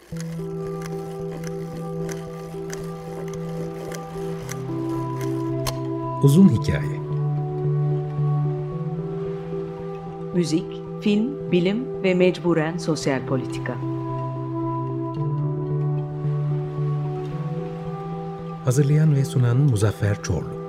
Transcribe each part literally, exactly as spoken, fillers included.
Uzun hikaye. Müzik, film, bilim ve mecburen sosyal politika. Hazırlayan ve sunan Muzaffer Çorlu.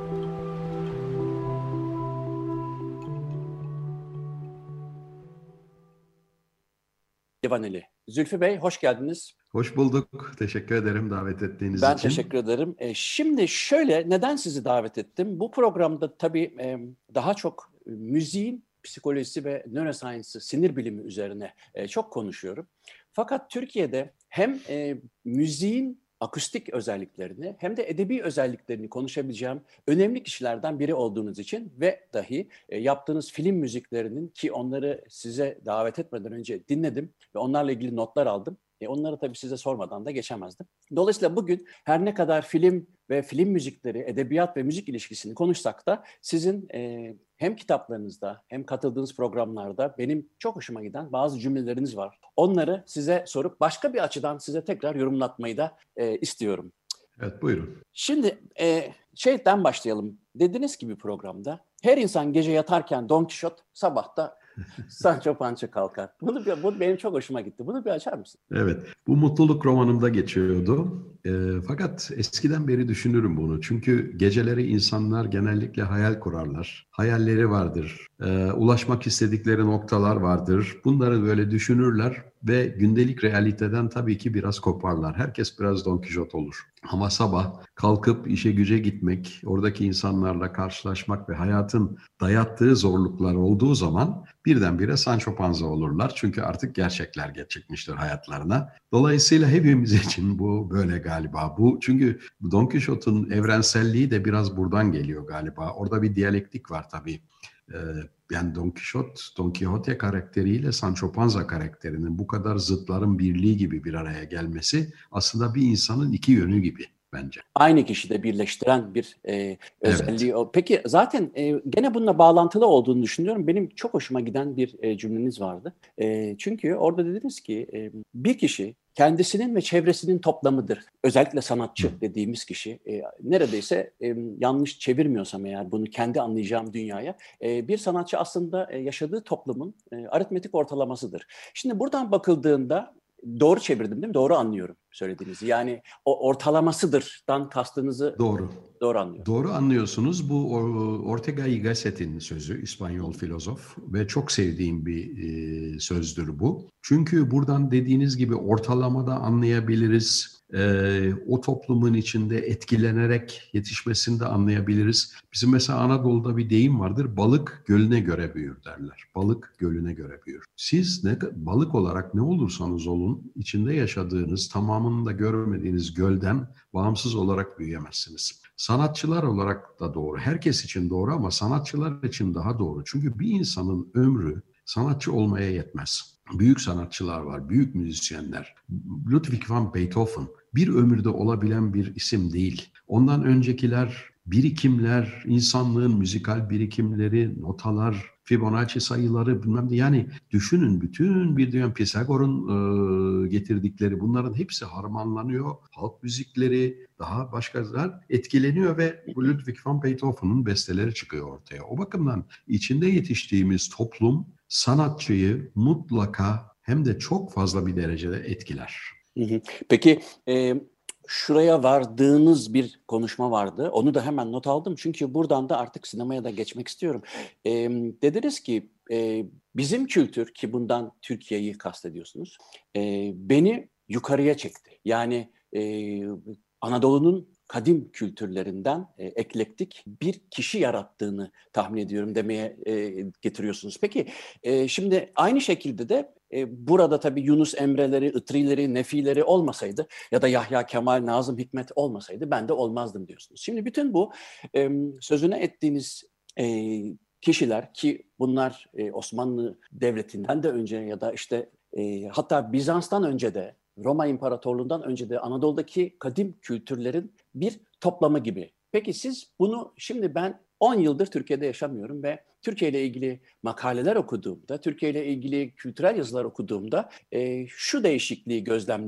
Divaneli. Zülfü Bey, hoş geldiniz. Hoş bulduk. Teşekkür ederim davet ettiğiniz Ben için. Ben teşekkür ederim. E, şimdi şöyle, neden sizi davet ettim? Bu programda tabii e, daha çok müziğin psikolojisi ve neuroscience, sinir bilimi üzerine e, çok konuşuyorum. Fakat Türkiye'de hem e, müziğin akustik özelliklerini hem de edebi özelliklerini konuşabileceğim önemli kişilerden biri olduğunuz için ve dahi e, yaptığınız film müziklerinin, ki onları size davet etmeden önce dinledim ve onlarla ilgili notlar aldım. E onları tabii size sormadan da geçemezdim. Dolayısıyla bugün her ne kadar film ve film müzikleri, edebiyat ve müzik ilişkisini konuşsak da sizin e, hem kitaplarınızda hem katıldığınız programlarda benim çok hoşuma giden bazı cümleleriniz var. Onları size sorup başka bir açıdan size tekrar yorumlatmayı da e, istiyorum. Evet, buyurun. Şimdi e, şeyden başlayalım. Dediniz ki bir programda her insan gece yatarken Don Kişot, sabah da Sancho Pança kalkar. Bunu, bu benim çok hoşuma gitti. Bunu bir açar mısın? Evet, bu mutluluk romanımda geçiyordu. E, fakat eskiden beri düşünürüm bunu. Çünkü geceleri insanlar genellikle hayal kurarlar. Hayalleri vardır. E, ulaşmak istedikleri noktalar vardır. Bunları böyle düşünürler ve gündelik realiteden tabii ki biraz koparlar. Herkes biraz Don Kişot olur. Ama sabah kalkıp işe güce gitmek, oradaki insanlarla karşılaşmak ve hayatın dayattığı zorluklar olduğu zaman birdenbire Sancho Panza olurlar. Çünkü artık gerçekler çıkmıştır hayatlarına. Dolayısıyla hepimiz için bu böyle galiba. Bu çünkü Don Kişot'un evrenselliği de biraz buradan geliyor galiba. Orada bir diyalektik var tabii. Ee, yani Don Kişot, Don Quixote karakteriyle Sancho Panza karakterinin bu kadar zıtların birliği gibi bir araya gelmesi aslında bir insanın iki yönü gibi bence. Aynı kişide birleştiren bir e, özelliği Evet. o. Peki zaten e, gene bununla bağlantılı olduğunu düşünüyorum. Benim çok hoşuma giden bir e, cümleniz vardı. E, çünkü orada dediniz ki e, bir kişi kendisinin ve çevresinin toplamıdır. Özellikle sanatçı Hı. dediğimiz kişi e, neredeyse e, yanlış çevirmiyorsam eğer bunu kendi anlayacağım dünyaya e, bir sanatçı aslında e, yaşadığı toplumun e, aritmetik ortalamasıdır. Şimdi buradan bakıldığında doğru çevirdim değil mi? Doğru anlıyorum söylediğinizi. Yani o ortalamasıdırdan kastınızı doğru. Doğru anlıyorum. Doğru anlıyorsunuz. Bu Ortega y Gasset'in sözü, İspanyol filozof ve çok sevdiğim bir e, sözdür bu. Çünkü buradan dediğiniz gibi ortalamada anlayabiliriz. E, o toplumun içinde etkilenerek yetişmesini de anlayabiliriz. Bizim mesela Anadolu'da bir deyim vardır. Balık gölüne göre büyür derler. Balık gölüne göre büyür. Siz ne, balık olarak ne olursanız olun, içinde yaşadığınız, tamamını da görmediğiniz gölden bağımsız olarak büyüyemezsiniz. Sanatçılar olarak da doğru. Herkes için doğru ama sanatçılar için daha doğru. Çünkü bir insanın ömrü sanatçı olmaya yetmez. Büyük sanatçılar var, büyük müzisyenler. Ludwig van Beethoven bir ömürde olabilen bir isim değil. Ondan öncekiler birikimler, insanlığın müzikal birikimleri, notalar, Fibonacci sayıları bilmem ne. Yani düşünün bütün bir dönem Pisagor'un e, getirdikleri bunların hepsi harmanlanıyor. Halk müzikleri, daha başkalar etkileniyor ve Ludwig van Beethoven'ın besteleri çıkıyor ortaya. O bakımdan içinde yetiştiğimiz toplum sanatçıyı mutlaka hem de çok fazla bir derecede etkiler. Hı hı. Peki e, şuraya vardığınız bir konuşma vardı. Onu da hemen not aldım. Çünkü buradan da artık sinemaya da geçmek istiyorum. E, dediniz ki e, bizim kültür, ki bundan Türkiye'yi kastediyorsunuz, e, beni yukarıya çekti. Yani e, Anadolu'nun kadim kültürlerinden e, eklektik bir kişi yarattığını tahmin ediyorum demeye e, getiriyorsunuz. Peki e, şimdi aynı şekilde de e, burada tabii Yunus Emre'leri, Itri'leri, Nefi'leri olmasaydı ya da Yahya Kemal, Nazım Hikmet olmasaydı ben de olmazdım diyorsunuz. Şimdi bütün bu e, sözüne ettiğiniz e, kişiler, ki bunlar e, Osmanlı Devleti'nden de önce ya da işte e, hatta Bizans'tan önce de, Roma İmparatorluğu'ndan önce de Anadolu'daki kadim kültürlerin bir toplamı gibi. Peki siz bunu, şimdi ben on yıldır Türkiye'de yaşamıyorum ve Türkiye ile ilgili makaleler okuduğumda, Türkiye ile ilgili kültürel yazılar okuduğumda e, şu değişikliği gözlemliyorum.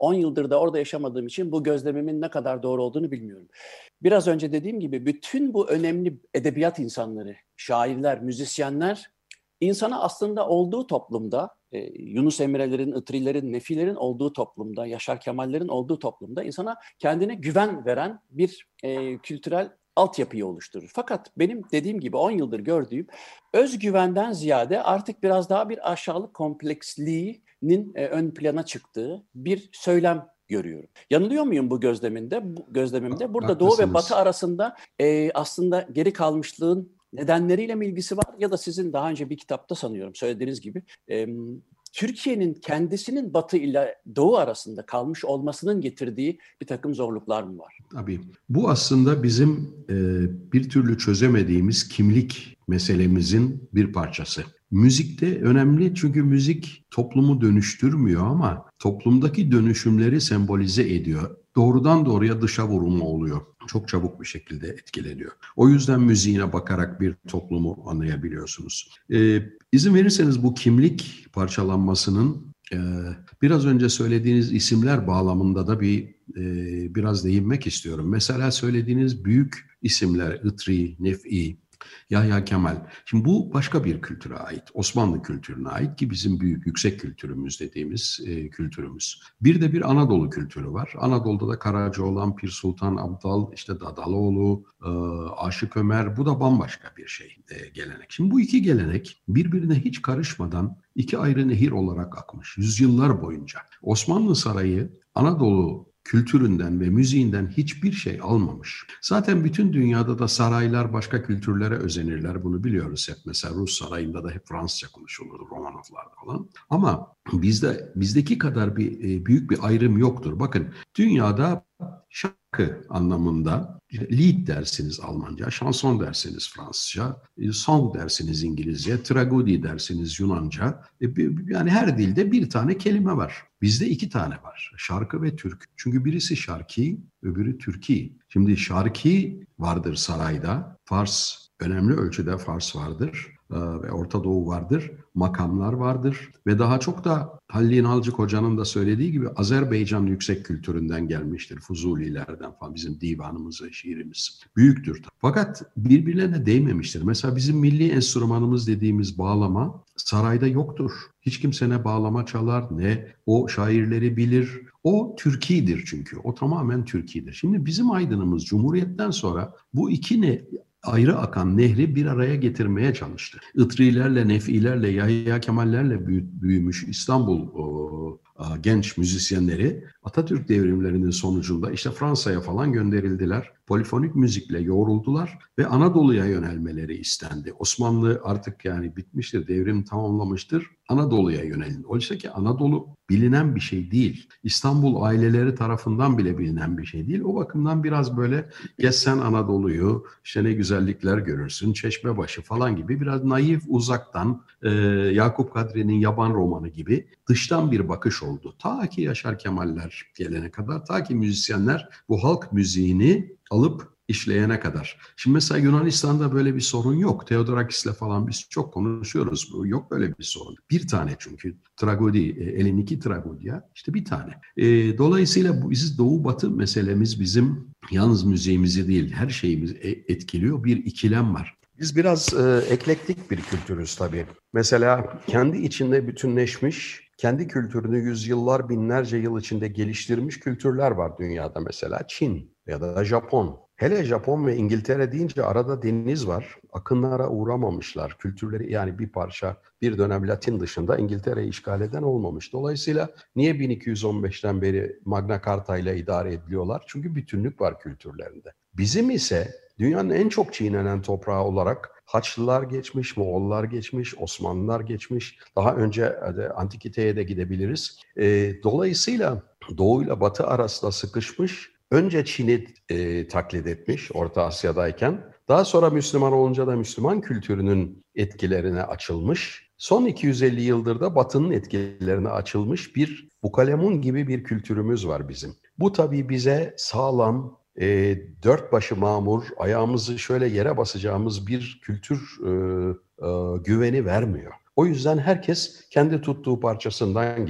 on yıldır da orada yaşamadığım için bu gözlemimin ne kadar doğru olduğunu bilmiyorum. Biraz önce dediğim gibi bütün bu önemli edebiyat insanları, şairler, müzisyenler insana aslında olduğu toplumda, e, Yunus Emre'lerin, Itri'lerin, Nefi'lerin olduğu toplumda, Yaşar Kemal'lerin olduğu toplumda insana kendine güven veren bir e, kültürel altyapıyı oluşturur. Fakat benim dediğim gibi on yıldır gördüğüm özgüvenden ziyade artık biraz daha bir aşağılık kompleksliğinin e, ön plana çıktığı bir söylem görüyorum. Yanılıyor muyum bu gözleminde? Bu gözlemimde burada Haklısınız. Doğu ve Batı arasında e, aslında geri kalmışlığın nedenleriyle mi ilgisi var ya da sizin daha önce bir kitapta sanıyorum söylediğiniz gibi e, Türkiye'nin kendisinin Batı ile Doğu arasında kalmış olmasının getirdiği bir takım zorluklar mı var? Tabii. Bu aslında bizim e, bir türlü çözemediğimiz kimlik meselemizin bir parçası. Müzikte önemli çünkü müzik toplumu dönüştürmüyor ama toplumdaki dönüşümleri sembolize ediyor. Doğrudan doğruya dışa vurumu oluyor. Çok çabuk bir şekilde etkileniyor. O yüzden müziğine bakarak bir toplumu anlayabiliyorsunuz. Ee, izin verirseniz bu kimlik parçalanmasının e, biraz önce söylediğiniz isimler bağlamında da bir e, biraz değinmek istiyorum. Mesela söylediğiniz büyük isimler Itri, Nefi, Yahya Kemal. Şimdi bu başka bir kültüre ait. Osmanlı kültürüne ait ki bizim büyük yüksek kültürümüz dediğimiz e, kültürümüz. Bir de bir Anadolu kültürü var. Anadolu'da da Karacaoğlan, Pir Sultan Abdal, işte Dadaloğlu, e, Aşık Ömer, bu da bambaşka bir şey e, gelenek. Şimdi bu iki gelenek birbirine hiç karışmadan iki ayrı nehir olarak akmış yüzyıllar boyunca. Osmanlı Sarayı Anadolu kültüründen ve müziğinden hiçbir şey almamış. Zaten bütün dünyada da saraylar başka kültürlere özenirler. Bunu biliyoruz hep. Mesela Rus sarayında da hep Fransızca konuşulur, Romanovlarda falan. Ama bizde bizdeki kadar bir büyük bir ayrım yoktur. Bakın dünyada şarkı anlamında lied dersiniz Almanca, şanson dersiniz Fransızca, song dersiniz İngilizce, tragedi dersiniz Yunanca. Yani her dilde bir tane kelime var. Bizde iki tane var. Şarkı ve türkü. Çünkü birisi şarkı, öbürü türkü. Şimdi şarkı vardır sarayda. Fars, önemli ölçüde Fars vardır ve Orta Doğu vardır. Makamlar vardır ve daha çok da Halil İnalcık Hoca'nın da söylediği gibi Azerbaycan yüksek kültüründen gelmiştir. Fuzulilerden falan bizim divanımız ve şiirimiz büyüktür. Fakat birbirlerine değmemiştir. Mesela bizim milli enstrümanımız dediğimiz bağlama sarayda yoktur. Hiç kimse ne bağlama çalar ne o şairleri bilir. O Türkiye'dir çünkü. O tamamen Türkiye'dir. Şimdi bizim aydınımız Cumhuriyet'ten sonra bu iki ne ayrı akan nehri bir araya getirmeye çalıştı. Itrilerle, Nefilerle, Yahya Kemallerle büyümüş İstanbul o, genç müzisyenleri Atatürk devrimlerinin sonucunda işte Fransa'ya falan gönderildiler. Polifonik müzikle yoğruldular ve Anadolu'ya yönelmeleri istendi. Osmanlı artık yani bitmiştir, devrim tamamlamıştır. Anadolu'ya yönelin. Oysa ki Anadolu bilinen bir şey değil. İstanbul aileleri tarafından bile bilinen bir şey değil. O bakımdan biraz böyle gezsen Anadolu'yu, işte ne güzellikler görürsün, Çeşmebaşı falan gibi biraz naif uzaktan e, Yakup Kadri'nin Yaban romanı gibi dıştan bir bakış oldu. Ta ki Yaşar Kemaller gelene kadar, ta ki müzisyenler bu halk müziğini alıp işleyene kadar. Şimdi mesela Yunanistan'da böyle bir sorun yok. Theodorakis'le falan biz çok konuşuyoruz. Yok böyle bir sorun. Bir tane çünkü tragedi, Eleniki tragedya işte bir tane. E, dolayısıyla bu biz Doğu Batı meselemiz bizim yalnız müziğimizi değil her şeyimizi etkiliyor. Bir ikilem var. Biz biraz e, eklektik bir kültürüz tabii. Mesela kendi içinde bütünleşmiş, kendi kültürünü yüzyıllar, binlerce yıl içinde geliştirmiş kültürler var dünyada mesela. Çin ya da Japon. Hele Japon ve İngiltere deyince arada deniz var. Akınlara uğramamışlar. Kültürleri yani bir parça bir dönem Latin dışında İngiltere'yi işgal eden olmamış. Dolayısıyla niye bin iki yüz on beşten beri Magna Carta ile idare ediliyorlar? Çünkü bütünlük var kültürlerinde. Bizim ise dünyanın en çok çiğnenen toprağı olarak Haçlılar geçmiş, Moğollar geçmiş, Osmanlılar geçmiş. Daha önce Antikite'ye de gidebiliriz. E, dolayısıyla Doğu ile Batı arasında sıkışmış. Önce Çin'i e, taklit etmiş Orta Asya'dayken. Daha sonra Müslüman olunca da Müslüman kültürünün etkilerine açılmış. Son iki yüz elli yıldır da Batı'nın etkilerine açılmış bir bukalemun gibi bir kültürümüz var bizim. Bu tabii bize sağlam, e, dört başı mamur, ayağımızı şöyle yere basacağımız bir kültür e, e, güveni vermiyor. O yüzden herkes kendi tuttuğu parçasından gidiyor.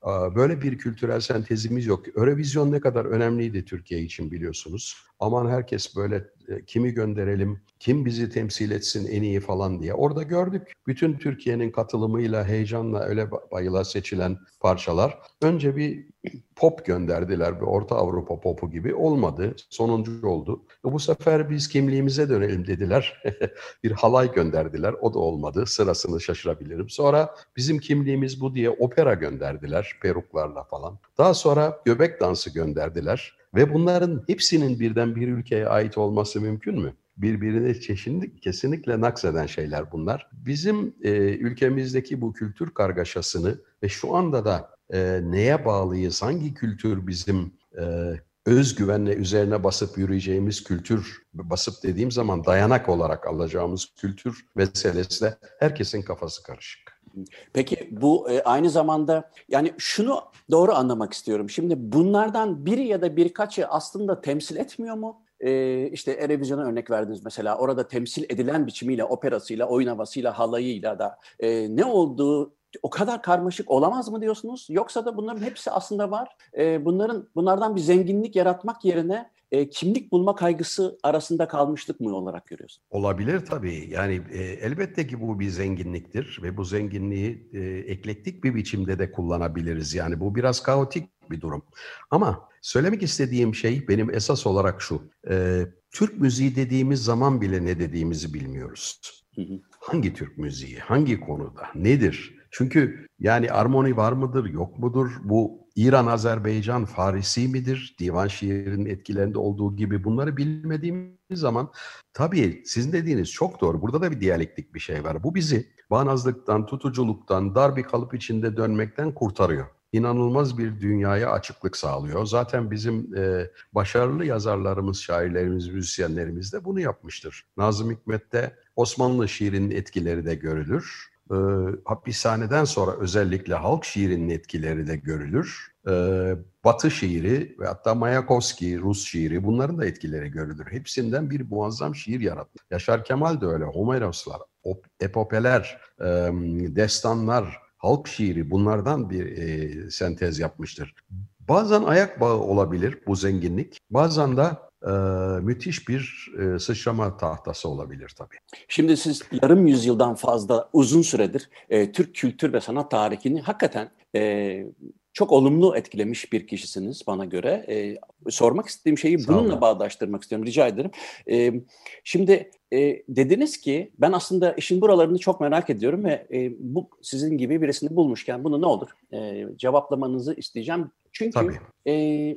Böyle bir kültürel sentezimiz yok. Eurovision ne kadar önemliydi Türkiye için biliyorsunuz. Aman herkes böyle kimi gönderelim, kim bizi temsil etsin en iyi falan diye. Orada gördük bütün Türkiye'nin katılımıyla, heyecanla öyle bayıla seçilen parçalar. Önce bir pop gönderdiler, bir Orta Avrupa popu gibi. Olmadı, sonuncu oldu. Bu sefer biz kimliğimize dönelim dediler. Bir halay gönderdiler, o da olmadı. Sırasını şaşırabilirim. Sonra bizim kimliğimiz bu diye opera gönderdiler, peruklarla falan. Daha sonra göbek dansı gönderdiler. Ve bunların hepsinin birden bir ülkeye ait olması mümkün mü? Birbirine çeşitli, kesinlikle nakseden şeyler bunlar. Bizim e, ülkemizdeki bu kültür kargaşasını ve şu anda da e, neye bağlıyız, hangi kültür bizim e, özgüvenle üzerine basıp yürüyeceğimiz kültür, basıp dediğim zaman dayanak olarak alacağımız kültür meselesi de herkesin kafası karışık. Peki bu e, aynı zamanda yani şunu doğru anlamak istiyorum. Şimdi bunlardan biri ya da birkaçı aslında temsil etmiyor mu? E, işte Eurovision'a örnek verdiniz mesela. Orada temsil edilen biçimiyle, operasıyla, oyun havasıyla, halayıyla da e, ne olduğu o kadar karmaşık olamaz mı diyorsunuz? Yoksa da bunların hepsi aslında var. E, bunların bunlardan bir zenginlik yaratmak yerine e, kimlik bulma kaygısı arasında kalmışlık mı olarak görüyorsun? Olabilir tabii. Yani e, elbette ki bu bir zenginliktir ve bu zenginliği e, eklektik bir biçimde de kullanabiliriz. Yani bu biraz kaotik bir durum. Ama söylemek istediğim şey benim esas olarak şu. E, Türk müziği dediğimiz zaman bile ne dediğimizi bilmiyoruz. Hı hı. Hangi Türk müziği, hangi konuda, nedir? Çünkü yani armoni var mıdır, yok mudur? Bu İran, Azerbaycan, Farisi midir? Divan şiirinin etkilerinde olduğu gibi bunları bilmediğimiz zaman tabii sizin dediğiniz çok doğru. Burada da bir diyalektik bir şey var. Bu bizi bağnazlıktan, tutuculuktan, dar bir kalıp içinde dönmekten kurtarıyor. İnanılmaz bir dünyaya açıklık sağlıyor. Zaten bizim e, başarılı yazarlarımız, şairlerimiz, müzisyenlerimiz de bunu yapmıştır. Nazım Hikmet'te Osmanlı şiirinin etkileri de görülür. E, hapishaneden sonra özellikle halk şiirinin etkileri de görülür. E, Batı şiiri ve hatta Mayakovski, Rus şiiri bunların da etkileri görülür. Hepsinden bir muazzam şiir yarattı. Yaşar Kemal de öyle, Homeroslar, epopeler, e, destanlar, halk şiiri bunlardan bir e, sentez yapmıştır. Bazen ayak bağı olabilir bu zenginlik, bazen de e, müthiş bir e, sıçrama tahtası olabilir tabii. Şimdi siz yarım yüzyıldan fazla uzun süredir e, Türk kültür ve sanat tarihini hakikaten e, çok olumlu etkilemiş bir kişisiniz bana göre. E, sormak istediğim şeyi bununla bağdaştırmak istiyorum, rica ederim. E, şimdi e, dediniz ki ben aslında işin buralarını çok merak ediyorum ve e, bu sizin gibi birisini bulmuşken bunu ne olur e, cevaplamanızı isteyeceğim. Çünkü e,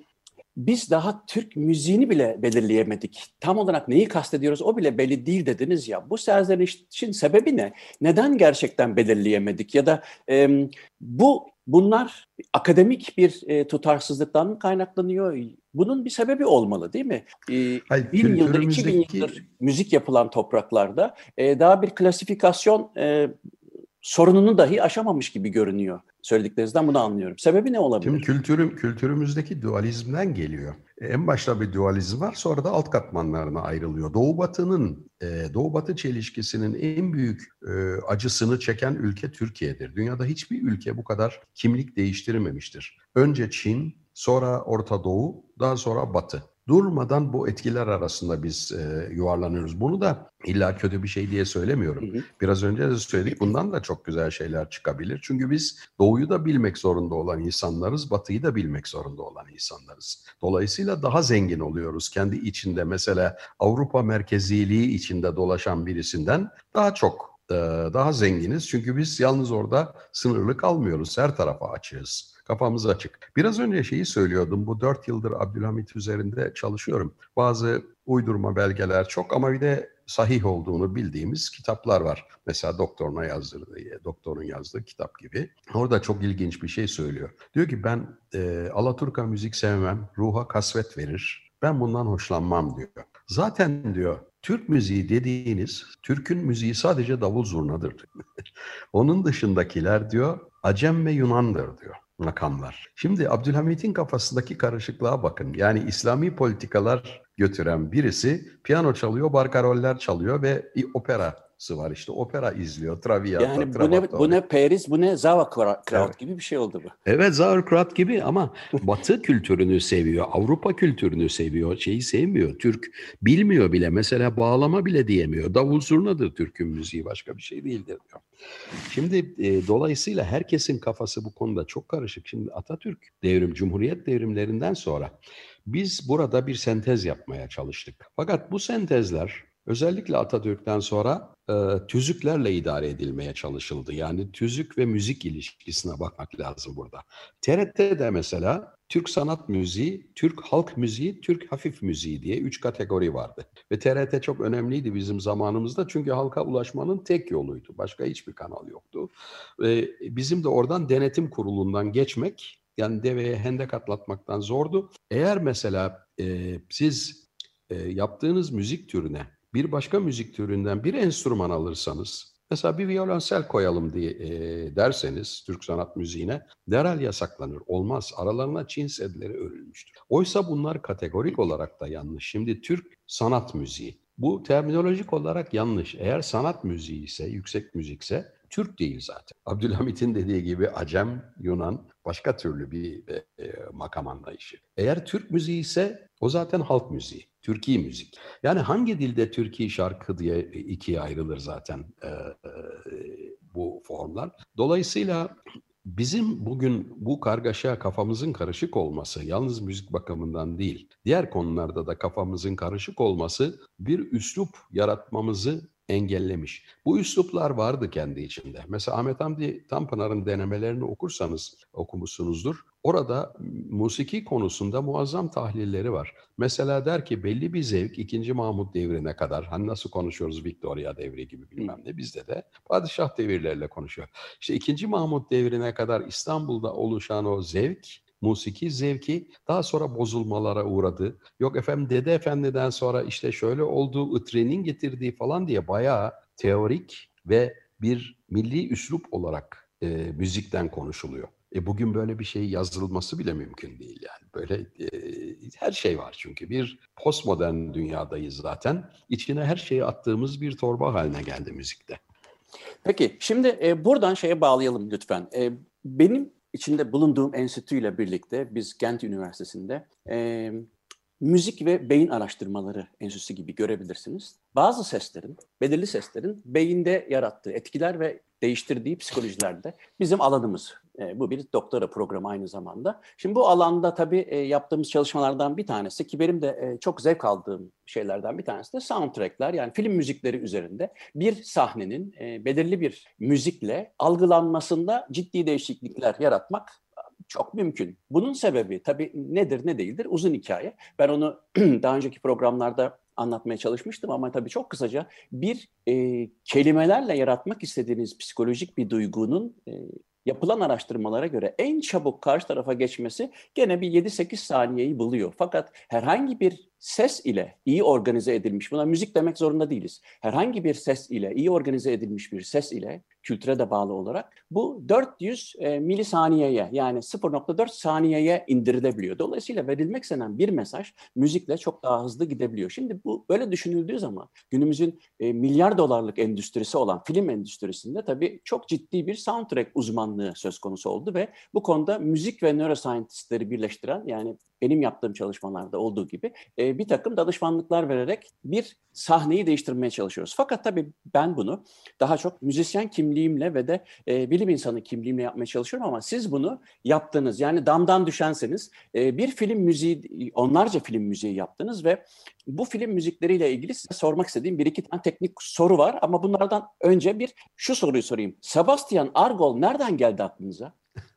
biz daha Türk müziğini bile belirleyemedik. Tam olarak neyi kastediyoruz o bile belli değil dediniz ya. Bu serzenişin sebebi ne? Neden gerçekten belirleyemedik? Ya da e, bu bunlar akademik bir e, tutarsızlıktan mı kaynaklanıyor? Bunun bir sebebi olmalı değil mi? E, Hayır, bin yıldır, iki bin yıldır müzik yapılan topraklarda e, daha bir klasifikasyon e, sorununu dahi aşamamış gibi görünüyor. Söylediklerinizden bunu anlıyorum. Sebebi ne olabilir? Şimdi kültürüm, kültürümüzdeki dualizmden geliyor. En başta bir dualizm var, sonra da alt katmanlarına ayrılıyor. Doğu Batı'nın, Doğu Batı çelişkisinin en büyük acısını çeken ülke Türkiye'dir. Dünyada hiçbir ülke bu kadar kimlik değiştirmemiştir. Önce Çin, sonra Orta Doğu, daha sonra Batı. Durmadan bu etkiler arasında biz e, yuvarlanıyoruz. Bunu da illa kötü bir şey diye söylemiyorum. Hı hı. Biraz önce de söyledik, bundan da çok güzel şeyler çıkabilir. Çünkü biz Doğu'yu da bilmek zorunda olan insanlarız, Batı'yı da bilmek zorunda olan insanlarız. Dolayısıyla daha zengin oluyoruz. Kendi içinde mesela Avrupa merkeziliği içinde dolaşan birisinden daha çok, e, daha zenginiz. Çünkü biz yalnız orada sınırlı kalmıyoruz, her tarafa açığız. Kafamız açık. Biraz önce şeyi söylüyordum. Bu dört yıldır Abdülhamit üzerinde çalışıyorum. Bazı uydurma belgeler çok ama bir de sahih olduğunu bildiğimiz kitaplar var. Mesela doktoruna yazdırdığı, doktorun yazdığı kitap gibi. Orada çok ilginç bir şey söylüyor. Diyor ki ben e, Alaturka müzik sevmem, ruha kasvet verir. Ben bundan hoşlanmam diyor. Zaten diyor Türk müziği dediğiniz, Türk'ün müziği sadece davul zurnadır. Onun dışındakiler diyor Acem ve Yunan'dır diyor. Makamlar. Şimdi Abdülhamit'in kafasındaki karışıklığa bakın. Yani İslami politikalar götüren birisi piyano çalıyor, barkaroller çalıyor ve bir operası var işte. Opera izliyor, Traviata, Yani bu ne, bu Trovatore. ne Paris, bu ne Sauerkraut Evet. gibi bir şey oldu bu. Evet, Sauerkraut gibi ama Batı kültürünü seviyor, Avrupa kültürünü seviyor, şeyi sevmiyor. Türk bilmiyor bile, mesela bağlama bile diyemiyor. Davul zurnadır Türk'ün müziği, başka bir şey değildir diyor. Şimdi e, dolayısıyla herkesin kafası bu konuda çok karışık. Şimdi Atatürk devrim, Cumhuriyet devrimlerinden sonra biz burada bir sentez yapmaya çalıştık. Fakat bu sentezler özellikle Atatürk'ten sonra e, tüzüklerle idare edilmeye çalışıldı. Yani tüzük ve müzik ilişkisine bakmak lazım burada. T R T'de mesela Türk sanat müziği, Türk halk müziği, Türk hafif müziği diye üç kategori vardı. Ve T R T çok önemliydi bizim zamanımızda çünkü halka ulaşmanın tek yoluydu. Başka hiçbir kanal yoktu. Ve bizim de oradan denetim kurulundan geçmek, yani deveye hendek atlatmaktan zordu. Eğer mesela e, siz e, yaptığınız müzik türüne bir başka müzik türünden bir enstrüman alırsanız, mesela bir violonsel koyalım diye e, derseniz Türk sanat müziğine derhal yasaklanır. Olmaz. Aralarına Çin sedleri örülmüştür. Oysa bunlar kategorik olarak da yanlış. Şimdi Türk sanat müziği. Bu terminolojik olarak yanlış. Eğer sanat müziği ise, yüksek müzikse Türk değil zaten. Abdülhamit'in dediği gibi Acem, Yunan başka türlü bir e, e, makam anlayışı. Eğer Türk müziği ise o zaten halk müziği, Türki müzik. Yani hangi dilde Türki şarkı diye ikiye ayrılır zaten e, e, bu formlar. Dolayısıyla bizim bugün bu kargaşa, kafamızın karışık olması, yalnız müzik bakımından değil, diğer konularda da kafamızın karışık olması bir üslup yaratmamızı engellemiş. Bu üsluplar vardı kendi içinde. Mesela Ahmet Hamdi Tanpınar'ın denemelerini okursanız, okumuşsunuzdur. Orada musiki konusunda muazzam tahlilleri var. Mesela der ki belli bir zevk ikinci Mahmut devrine kadar, hani nasıl konuşuyoruz Victoria devri gibi bilmem ne, bizde de padişah devirlerle konuşuyor. İşte ikinci Mahmut devrine kadar İstanbul'da oluşan o zevk, musiki zevki daha sonra bozulmalara uğradı. Yok efendim Dede Efendi'den sonra işte şöyle oldu, Itre'nin getirdiği falan diye bayağı teorik ve bir milli üslup olarak e, müzikten konuşuluyor. E bugün böyle bir şey yazılması bile mümkün değil yani. Böyle e, her şey var çünkü bir postmodern dünyadayız zaten. İçine her şeyi attığımız bir torba haline geldi müzikte. Peki şimdi e, buradan şeye bağlayalım lütfen. E, benim içinde bulunduğum enstitüyle birlikte biz Gent Üniversitesi'nde e, Müzik ve Beyin Araştırmaları Enstitüsü gibi görebilirsiniz. Bazı seslerin, belirli seslerin beyinde yarattığı etkiler ve değiştirdiği psikolojilerde bizim alanımız. E, bu bir doktora programı aynı zamanda. Şimdi bu alanda tabii e, yaptığımız çalışmalardan bir tanesi ki benim de e, çok zevk aldığım şeylerden bir tanesi de soundtrackler, yani film müzikleri üzerinde bir sahnenin e, belirli bir müzikle algılanmasında ciddi değişiklikler yaratmak çok mümkün. Bunun sebebi tabii nedir ne değildir uzun hikaye. Ben onu daha önceki programlarda anlatmaya çalışmıştım ama tabii çok kısaca bir e, kelimelerle yaratmak istediğiniz psikolojik bir duygunun e, yapılan araştırmalara göre en çabuk karşı tarafa geçmesi gene bir yedi sekiz saniyeyi buluyor. Fakat herhangi bir ses ile iyi organize edilmiş, buna müzik demek zorunda değiliz. Herhangi bir ses ile, iyi organize edilmiş bir ses ile, kültüre de bağlı olarak bu dört yüz e, milisaniyeye, yani sıfır nokta dört saniyeye indirilebiliyor. Dolayısıyla verilmek istenen bir mesaj müzikle çok daha hızlı gidebiliyor. Şimdi bu böyle düşünüldüğü zaman günümüzün e, milyar dolarlık endüstrisi olan film endüstrisinde tabii çok ciddi bir soundtrack uzmanlığı söz konusu oldu ve bu konuda müzik ve neuroscientistleri birleştiren, yani benim yaptığım çalışmalarda olduğu gibi e, bir takım danışmanlıklar vererek bir sahneyi değiştirmeye çalışıyoruz. Fakat tabii ben bunu daha çok müzisyen kimliğimle ve de e, bilim insanı kimliğimle yapmaya çalışıyorum ama siz bunu yaptınız. Yani damdan düşenseniz e, bir film müziği, onlarca film müziği yaptınız ve bu film müzikleriyle ilgili size sormak istediğim bir iki tane teknik soru var ama bunlardan önce bir şu soruyu sorayım. Sebastian Argol nereden geldi aklınıza?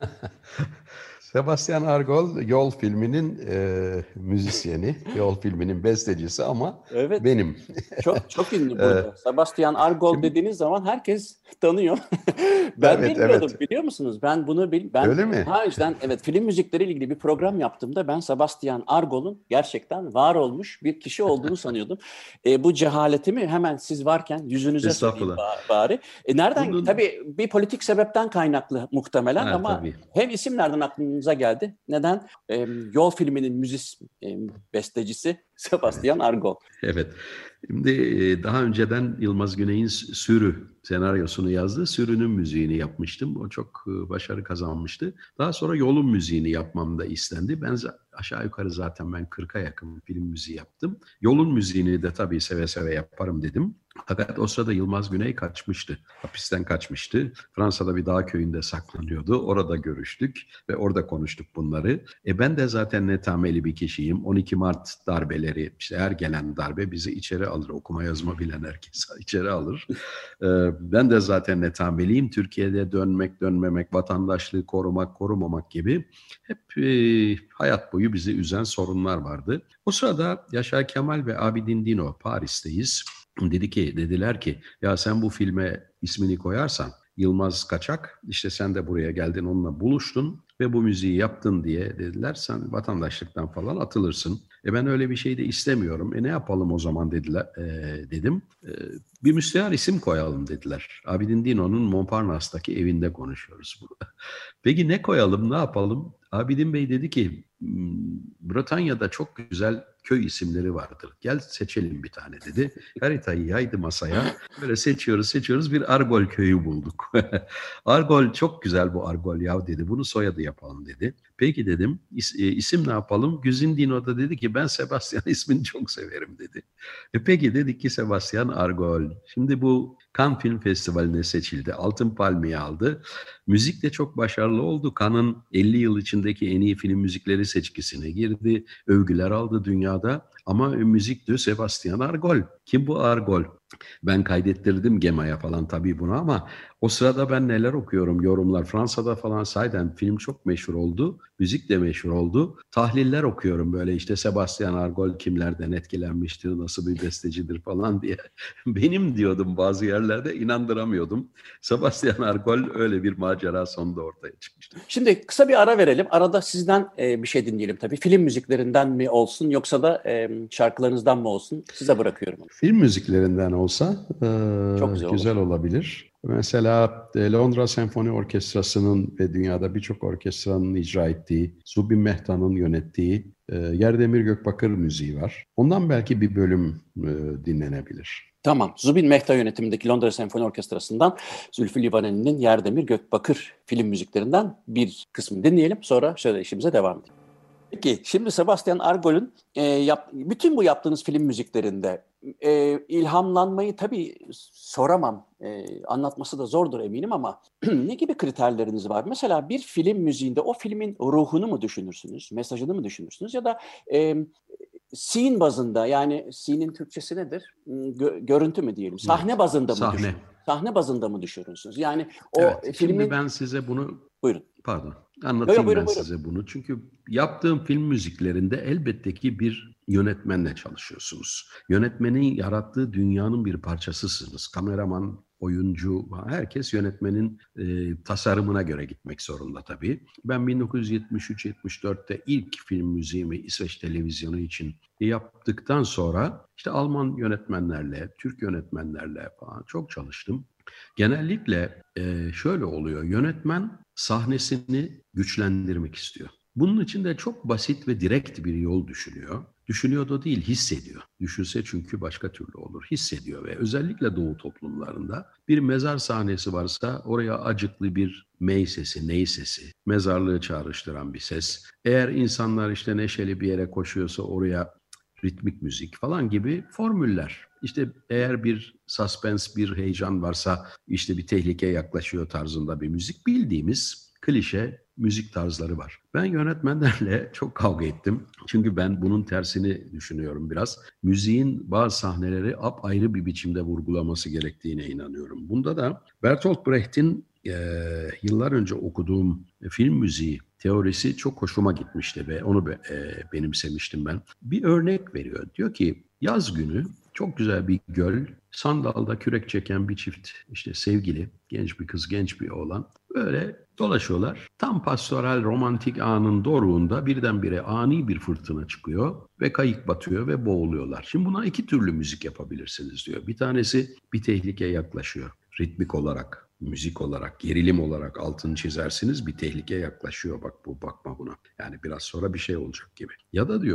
Sebastian Argol Yol filminin e, müzisyeni, Yol filminin bestecisi ama evet, benim. Çok çok ünlü burada. Sebastian Argol Şimdi, dediğiniz zaman herkes tanıyor. Ben evet, bilmiyordum, evet. biliyor musunuz? Ben bunu bil, ben Öyle mi? daha önceden evet film müzikleriyle ilgili bir program yaptığımda ben Sebastian Argol'un gerçekten var olmuş bir kişi olduğunu sanıyordum. E, bu cehaletimi hemen siz varken yüzünüze söyleyeyim bari. E, nereden? Bunun... Tabii bir politik sebepten kaynaklı muhtemelen Ha, ama tabii. hem isim nereden aklınıza geldi? Neden? E, Yol filminin müzis e, bestecisi Sebastian Argol. Evet. Şimdi daha önceden Yılmaz Güney'in Sürü senaryosunu yazdı. Sürü'nün müziğini yapmıştım. O çok başarı kazanmıştı. Daha sonra Yol'un müziğini yapmam da istendi. Ben aşağı yukarı zaten ben kırka yakın film müziği yaptım. Yol'un müziğini de tabii seve seve yaparım dedim. Fakat o sırada Yılmaz Güney kaçmıştı. Hapisten kaçmıştı. Fransa'da bir dağ köyünde saklanıyordu. Orada görüştük ve orada konuştuk bunları. E ben de zaten netameli bir kişiyim. on iki Mart darbeleri, işte her gelen darbe bizi içeri alır. Okuma yazma bilen herkes içeri alır. E, ben de zaten netameliyim. Türkiye'de dönmek, dönmemek, vatandaşlığı korumak, korumamak gibi hep e, hayat boyu bizi üzen sorunlar vardı. O sırada Yaşar Kemal ve Abidin Dino Paris'teyiz. Dedi ki, dediler ki ya sen bu filme ismini koyarsan Yılmaz Kaçak, işte sen de buraya geldin onunla buluştun ve bu müziği yaptın diye dediler. Sen vatandaşlıktan falan atılırsın. E ben öyle bir şey de istemiyorum. E ne yapalım o zaman dediler, e, dedim. E, bir müstehar isim koyalım dediler. Abidin Dino'nun Montparnasse'daki evinde konuşuyoruz burada. Peki ne koyalım, ne yapalım? Abidin Bey dedi ki Britanya'da çok güzel köy isimleri vardır. Gel seçelim bir tane dedi. Haritayı yaydı masaya. Böyle seçiyoruz seçiyoruz bir Argol köyü bulduk. Argol çok güzel bu Argol ya dedi. Bunu soyadı yapalım dedi. Peki dedim is, e, isim ne yapalım? Güzin Dino da dedi ki ben Sebastian ismini çok severim dedi. E peki dedik ki Sebastian Argol. Şimdi bu Cannes Film Festivali'ne seçildi. Altın Palmiye aldı. Müzik de çok başarılı oldu. Cannes'ın elli yıl içindeki en iyi film müzikleri seçkisine girdi. Övgüler aldı dünyada. Ama müzik de Sebastian Argol. Kim bu Argol? Ben kaydettirdim Gema'ya falan tabii bunu ama o sırada ben neler okuyorum, yorumlar. Fransa'da falan sayeden film çok meşhur oldu. Müzik de meşhur oldu. Tahliller okuyorum böyle işte Sebastian Argol kimlerden etkilenmiştir, nasıl bir bestecidir falan diye. Benim diyordum bazı yerlerde inandıramıyordum. Sebastian Argol öyle bir macera sonunda ortaya çıkmıştı. Şimdi kısa bir ara verelim. Arada sizden e, bir şey dinleyelim tabii. Film müziklerinden mi olsun yoksa da e, şarkılarınızdan mı olsun? Size bırakıyorum. Film müziklerinden olsa e, Çok güzel, güzel olabilir. Mesela e, Londra Senfoni Orkestrası'nın ve dünyada birçok orkestranın icra ettiği, Zubin Mehta'nın yönettiği e, Yerdemir Gökbakır müziği var. Ondan belki bir bölüm e, dinlenebilir. Tamam. Zubin Mehta yönetimindeki Londra Senfoni Orkestrası'ndan Zülfü Livaneli'nin Yerdemir Gökbakır film müziklerinden bir kısmını dinleyelim. Sonra şöyle işimize devam edelim. Peki şimdi Sebastian Argol'ün e, yap, bütün bu yaptığınız film müziklerinde e, ilhamlanmayı tabii soramam. E, anlatması da zordur eminim ama ne gibi kriterleriniz var? Mesela bir film müziğinde o filmin ruhunu mu düşünürsünüz, mesajını mı düşünürsünüz ya da e, scene bazında yani scene'in Türkçesi nedir? Gö- görüntü mü diyelim? Sahne evet. bazında mı Sahne. düşünürsünüz? Sahne bazında mı düşünürsünüz? Yani o evet, filmin... Şimdi ben size bunu... Buyurun. Pardon. Anlatayım buyurun, ben buyurun. size bunu. Çünkü yaptığım film müziklerinde elbette ki bir yönetmenle çalışıyorsunuz. Yönetmenin yarattığı dünyanın bir parçasısınız. Kameraman, oyuncu, herkes yönetmenin e, tasarımına göre gitmek zorunda tabii. Ben bin dokuz yüz yetmiş üç yetmiş dörtte ilk film müziğimi İsveç televizyonu için yaptıktan sonra işte Alman yönetmenlerle, Türk yönetmenlerle falan çok çalıştım. Genellikle e, şöyle oluyor, yönetmen sahnesini güçlendirmek istiyor. Bunun için de çok basit ve direkt bir yol düşünüyor. Düşünüyor da değil, hissediyor. Düşünse çünkü başka türlü olur. Hissediyor ve özellikle Doğu toplumlarında bir mezar sahnesi varsa oraya acıklı bir mey sesi, ney sesi, mezarlığı çağrıştıran bir ses. Eğer insanlar işte neşeli bir yere koşuyorsa oraya ritmik müzik falan gibi formüller. İşte eğer bir suspense, bir heyecan varsa işte bir tehlike yaklaşıyor tarzında bir müzik bildiğimiz klişe müzik tarzları var. Ben yönetmenlerle çok kavga ettim. Çünkü ben bunun tersini düşünüyorum biraz. Müziğin bazı sahneleri apayrı bir biçimde vurgulaması gerektiğine inanıyorum. Bunda da Bertolt Brecht'in e, yıllar önce okuduğum film müziği teorisi çok hoşuma gitmişti ve onu be, e, benimsemiştim ben. Bir örnek veriyor. Diyor ki yaz günü çok güzel bir göl, sandalda kürek çeken bir çift işte sevgili, genç bir kız, genç bir oğlan böyle dolaşıyorlar. Tam pastoral romantik anın doruğunda birdenbire ani bir fırtına çıkıyor ve kayık batıyor ve boğuluyorlar. Şimdi buna iki türlü müzik yapabilirsiniz diyor. Bir tanesi bir tehlike yaklaşıyor ritmik olarak, müzik olarak, gerilim olarak altını çizersiniz bir tehlike yaklaşıyor bak bu bakma buna. Yani biraz sonra bir şey olacak gibi. Ya da diyor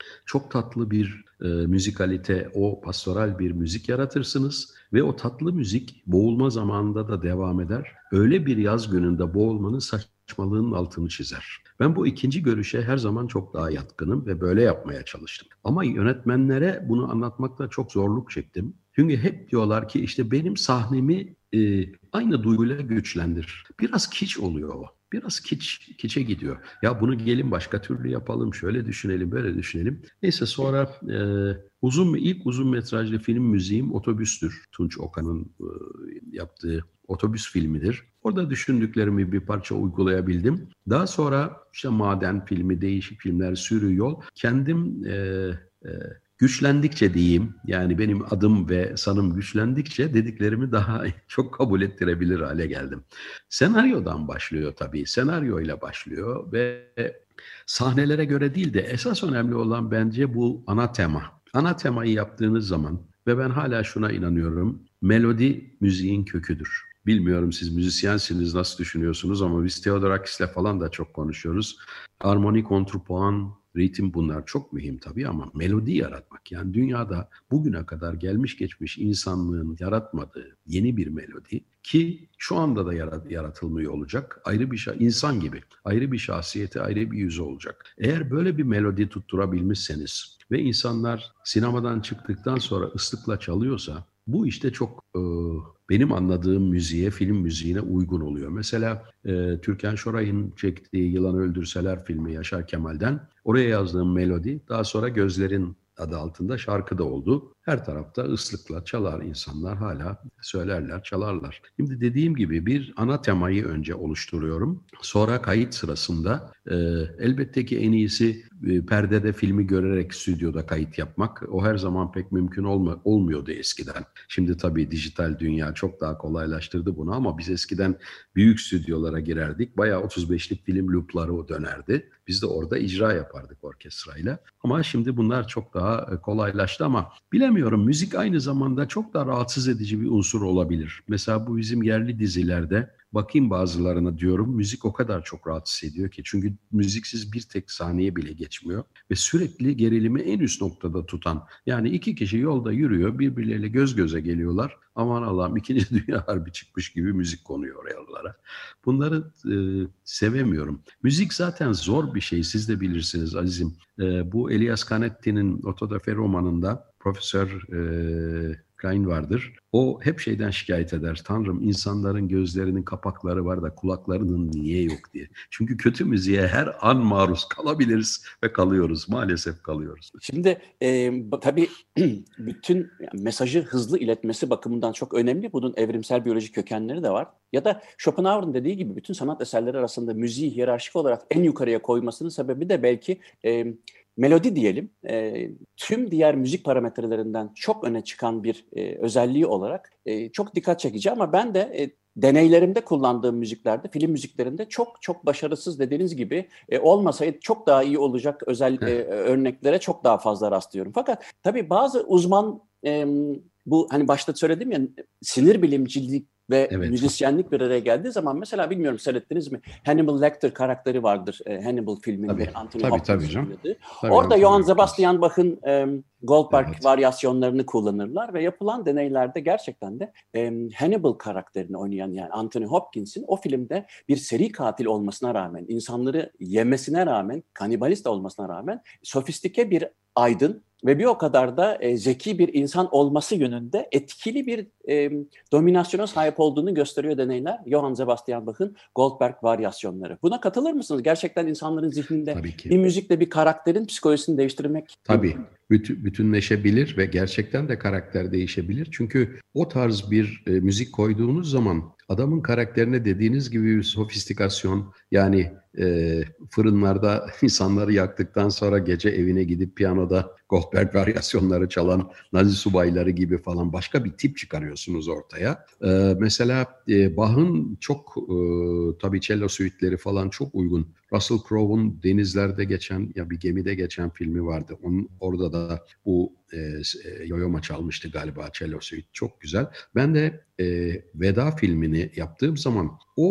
Çok tatlı bir e, müzikalite, o pastoral bir müzik yaratırsınız ve o tatlı müzik boğulma zamanında da devam eder. Öyle bir yaz gününde boğulmanın saçmalığının altını çizer. Ben bu ikinci görüşe her zaman çok daha yatkınım ve böyle yapmaya çalıştım. Ama yönetmenlere bunu anlatmakta çok zorluk çektim. Çünkü hep diyorlar ki işte benim sahnemi e, aynı duyguyla güçlendir. Biraz kiç oluyor o. Biraz kiç, kiçe gidiyor. Ya bunu gelin başka türlü yapalım, şöyle düşünelim, böyle düşünelim. Neyse sonra e, uzun ilk uzun metrajlı film müziğim Otobüs'tür. Tunç Okan'ın e, yaptığı otobüs filmidir. Orada düşündüklerimi bir parça uygulayabildim. Daha sonra işte Maden filmi, değişik filmler, Sürü Yol. Kendim e, e, güçlendikçe diyeyim, yani benim adım ve sanım güçlendikçe dediklerimi daha çok kabul ettirebilir hale geldim. Senaryodan başlıyor tabii, senaryoyla başlıyor ve sahnelere göre değil de esas önemli olan bence bu ana tema. Ana temayı yaptığınız zaman ve ben hala şuna inanıyorum, melodi müziğin köküdür. Bilmiyorum siz müzisyensiniz nasıl düşünüyorsunuz ama biz Theodorakis'le falan da çok konuşuyoruz. Armoni, kontrpuan, ritim bunlar çok mühim tabii ama melodi yaratmak, yani dünyada bugüne kadar gelmiş geçmiş insanlığın yaratmadığı yeni bir melodi ki şu anda da yarat, yaratılmıyor olacak, ayrı bir şey, insan gibi ayrı bir şahsiyeti, ayrı bir yüzü olacak. Eğer böyle bir melodi tutturabilmişseniz ve insanlar sinemadan çıktıktan sonra ıslıkla çalıyorsa bu işte çok e, benim anladığım müziğe, film müziğine uygun oluyor. Mesela e, Türkan Şoray'ın çektiği Yılanı Öldürseler filmi Yaşar Kemal'den oraya yazdığım melodi daha sonra Gözlerin adı altında şarkı da oldu. Her tarafta ıslıkla çalar insanlar, hala söylerler, çalarlar. Şimdi dediğim gibi bir ana temayı önce oluşturuyorum. Sonra kayıt sırasında e, elbette ki en iyisi e, perdede filmi görerek stüdyoda kayıt yapmak. O her zaman pek mümkün olma, olmuyordu eskiden. Şimdi tabii dijital dünya çok daha kolaylaştırdı bunu ama biz eskiden büyük stüdyolara girerdik. Bayağı otuz beşlik film loopları dönerdi. Biz de orada icra yapardık orkestrayla. Ama şimdi bunlar çok daha kolaylaştı ama bilemiyorum, müzik aynı zamanda çok daha rahatsız edici bir unsur olabilir. Mesela bu bizim yerli dizilerde bakayım bazılarına diyorum, müzik o kadar çok rahatsız ediyor ki. Çünkü müziksiz bir tek saniye bile geçmiyor ve sürekli gerilimi en üst noktada tutan. Yani iki kişi yolda yürüyor, birbirleriyle göz göze geliyorlar. Aman Allah'ım ikinci Dünya Harbi çıkmış gibi müzik konuyor oralara. Bunları e, sevemiyorum. Müzik zaten zor bir şey, siz de bilirsiniz azizim. E, bu Elias Canetti'nin Autodafé romanında Profesör e, Klein vardır. O hep şeyden şikayet eder. Tanrım, insanların gözlerinin kapakları var da kulaklarının niye yok diye. Çünkü kötü müziğe her an maruz kalabiliriz ve kalıyoruz. Maalesef kalıyoruz. Şimdi e, tabii bütün yani mesajı hızlı iletmesi bakımından çok önemli. Bunun evrimsel biyolojik kökenleri de var. Ya da Schopenhauer'ın dediği gibi bütün sanat eserleri arasında müziği hiyerarşik olarak en yukarıya koymasının sebebi de belki e, melodi diyelim. E, tüm diğer müzik parametrelerinden çok öne çıkan bir e, özelliği olarak e, çok dikkat çekici ama ben de e, deneylerimde kullandığım müziklerde, film müziklerinde çok çok başarısız dediğiniz gibi e, olmasaydı çok daha iyi olacak özel e, örneklere çok daha fazla rastlıyorum. Fakat tabii bazı uzman e, bu hani başta söyledim ya sinir bilimcilik ve evet, müzisyenlik bir araya geldiği zaman mesela bilmiyorum seyrettiniz mi? Hannibal Lecter karakteri vardır e, Hannibal filminde. Tabii, Anthony tabii, Hopkins tabii canım. oynadı. Tabii, Orada Anthony Johann Hopkins. Sebastian Bach'ın e, Goldberg Evet. varyasyonlarını kullanırlar ve yapılan deneylerde gerçekten de e, Hannibal karakterini oynayan yani Anthony Hopkins'in o filmde bir seri katil olmasına rağmen, insanları yemesine rağmen, kanibalist olmasına rağmen sofistike bir aydın ve bir o kadar da e, zeki bir insan olması yönünde etkili bir e, dominasyona sahip olduğunu gösteriyor deneyler. Johann Sebastian Bach'ın Goldberg varyasyonları. Buna katılır mısınız? Gerçekten insanların zihninde Tabii ki. bir müzikle bir karakterin psikolojisini değiştirmek. Tabii. Bütün, bütünleşebilir ve gerçekten de karakter değişebilir. Çünkü o tarz bir e, müzik koyduğunuz zaman adamın karakterine dediğiniz gibi bir sofistikasyon, yani e, fırınlarda insanları yaktıktan sonra gece evine gidip piyanoda Goldberg varyasyonları çalan Nazi subayları gibi falan başka bir tip çıkarıyorsunuz ortaya. E, mesela e, Bach'ın çok e, tabii cello suite'leri falan çok uygun. Russell Crowe'un denizlerde geçen ya bir gemide geçen filmi vardı. Onun orada da bu e, e, yoyoma çalmıştı galiba cello suite. Çok güzel. Ben de e, Veda filmini yaptığım zaman o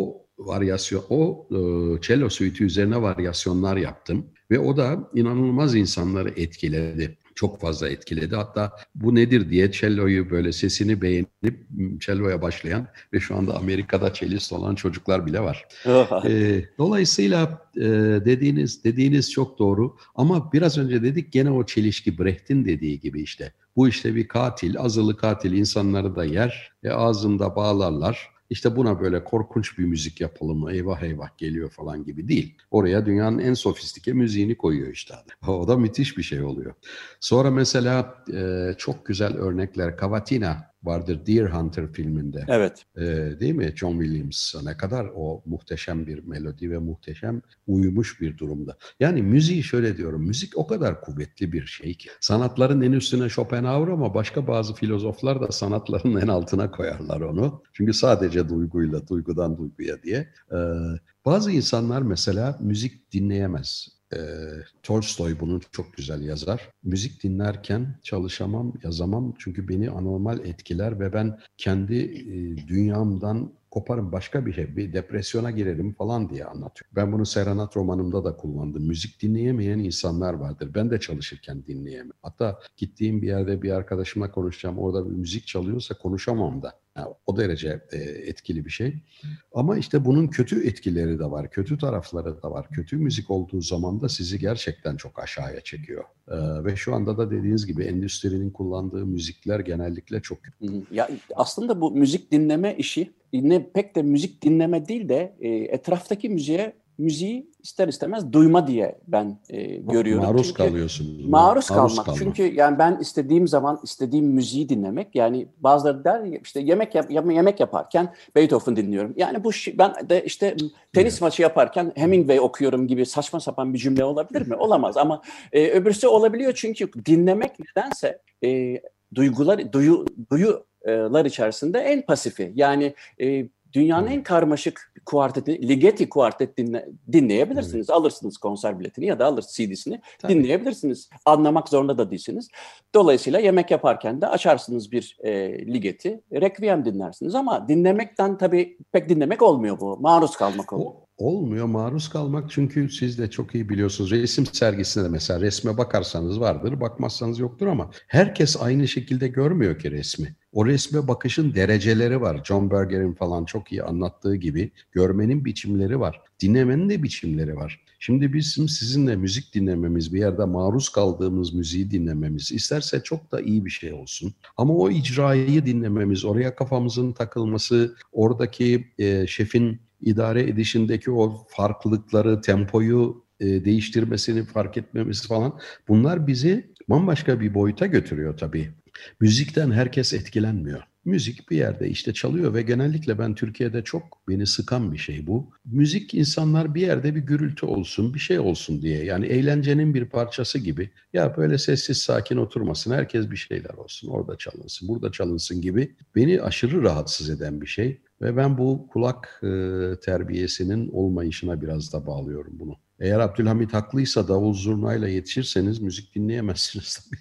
varyasyon, o e, cello suite'i üzerine varyasyonlar yaptım ve o da inanılmaz insanları etkiledi. Çok fazla etkiledi. Hatta bu nedir diye cello'yu böyle sesini beğenip cello'ya başlayan ve şu anda Amerika'da cellist olan çocuklar bile var. e, dolayısıyla e, dediğiniz dediğiniz çok doğru. Ama biraz önce dedik gene o çelişki, Brecht'in dediği gibi işte. Bu işte bir katil, azılı katil insanları da yer, e, ağzında bağlarlar. İşte buna böyle korkunç bir müzik yapalım mı? Eyvah eyvah geliyor falan gibi değil. Oraya dünyanın en sofistike müziğini koyuyor işte. O da müthiş bir şey oluyor. Sonra mesela e, çok güzel örnekler. Cavatina vardır Deer Hunter filminde. Evet. E, değil mi? John Williams ne kadar o muhteşem bir melodi ve muhteşem uyumuş bir durumda. Yani müziği şöyle diyorum. Müzik o kadar kuvvetli bir şey ki. Sanatların en üstüne Schopenhauer ama başka bazı filozoflar da sanatların en altına koyarlar onu. Çünkü sadece duyguyla, duygudan duyguya diye. E, bazı insanlar mesela müzik dinleyemez. E, Tolstoy bunu çok güzel yazar. Müzik dinlerken çalışamam, yazamam çünkü beni anormal etkiler ve ben kendi e, dünyamdan koparım, başka bir şey, bir depresyona girerim falan diye anlatıyor. Ben bunu Serenat romanımda da kullandım. Müzik dinleyemeyen insanlar vardır. Ben de çalışırken dinleyemem. Hatta gittiğim bir yerde bir arkadaşımla konuşacağım. Orada bir müzik çalıyorsa konuşamam da. Yani o derece e, etkili bir şey. Ama işte bunun kötü etkileri de var. Kötü tarafları da var. Kötü müzik olduğu zaman da sizi gerçekten çok aşağıya çekiyor. E, ve şu anda da dediğiniz gibi endüstrinin kullandığı müzikler genellikle çok kötü. Ya aslında bu müzik dinleme işi ne pek de müzik dinleme değil de e, etraftaki müziğe müziği ister istemez duyma diye ben e, görüyorum. Maruz Çünkü kalıyorsunuz. Maruz kalmak. kalmak. Çünkü yani ben istediğim zaman istediğim müziği dinlemek, yani bazıları der işte yemek yap, yemek yaparken Beethoven dinliyorum. Yani bu ben de işte tenis evet. maçı yaparken Hemingway okuyorum gibi saçma sapan bir cümle olabilir mi? Olamaz ama e, öbürsü olabiliyor çünkü dinlemek nedense e, duygular duyu duyular içerisinde en pasifi. Yani e, dünyanın en karmaşık kuarteti, Ligeti kuartet dinle, dinleyebilirsiniz. Evet. Alırsınız konser biletini ya da alırsınız C D'sini Tabii. dinleyebilirsiniz. Anlamak zorunda da değilsiniz. Dolayısıyla yemek yaparken de açarsınız bir e, Ligeti, Requiem dinlersiniz ama dinlemekten tabii pek dinlemek olmuyor bu. Maruz kalmak oluyor. O, olmuyor maruz kalmak çünkü siz de çok iyi biliyorsunuz. Resim sergisinde mesela resme bakarsanız vardır, bakmazsanız yoktur ama herkes aynı şekilde görmüyor ki resmi. O resme bakışın dereceleri var. John Berger'in falan çok iyi anlattığı gibi görmenin biçimleri var. Dinlemenin de biçimleri var. Şimdi bizim sizinle müzik dinlememiz, bir yerde maruz kaldığımız müziği dinlememiz isterse çok da iyi bir şey olsun. Ama o icrayı dinlememiz, oraya kafamızın takılması, oradaki e, şefin idare edişindeki o farklılıkları, tempoyu e, değiştirmesini fark etmemiz falan, bunlar bizi bambaşka bir boyuta götürüyor tabii. Müzikten herkes etkilenmiyor. Müzik bir yerde işte çalıyor ve genellikle ben Türkiye'de çok beni sıkan bir şey bu. Müzik insanlar bir yerde bir gürültü olsun, bir şey olsun diye. Yani eğlencenin bir parçası gibi. Ya böyle sessiz sakin oturmasın, herkes bir şeyler olsun. Orada çalınsın, burada çalınsın gibi beni aşırı rahatsız eden bir şey. Ve ben bu kulak e, terbiyesinin olmayışına biraz da bağlıyorum bunu. Eğer Abdülhamit haklıysa davul zurnayla yetişirseniz müzik dinleyemezsiniz tabii.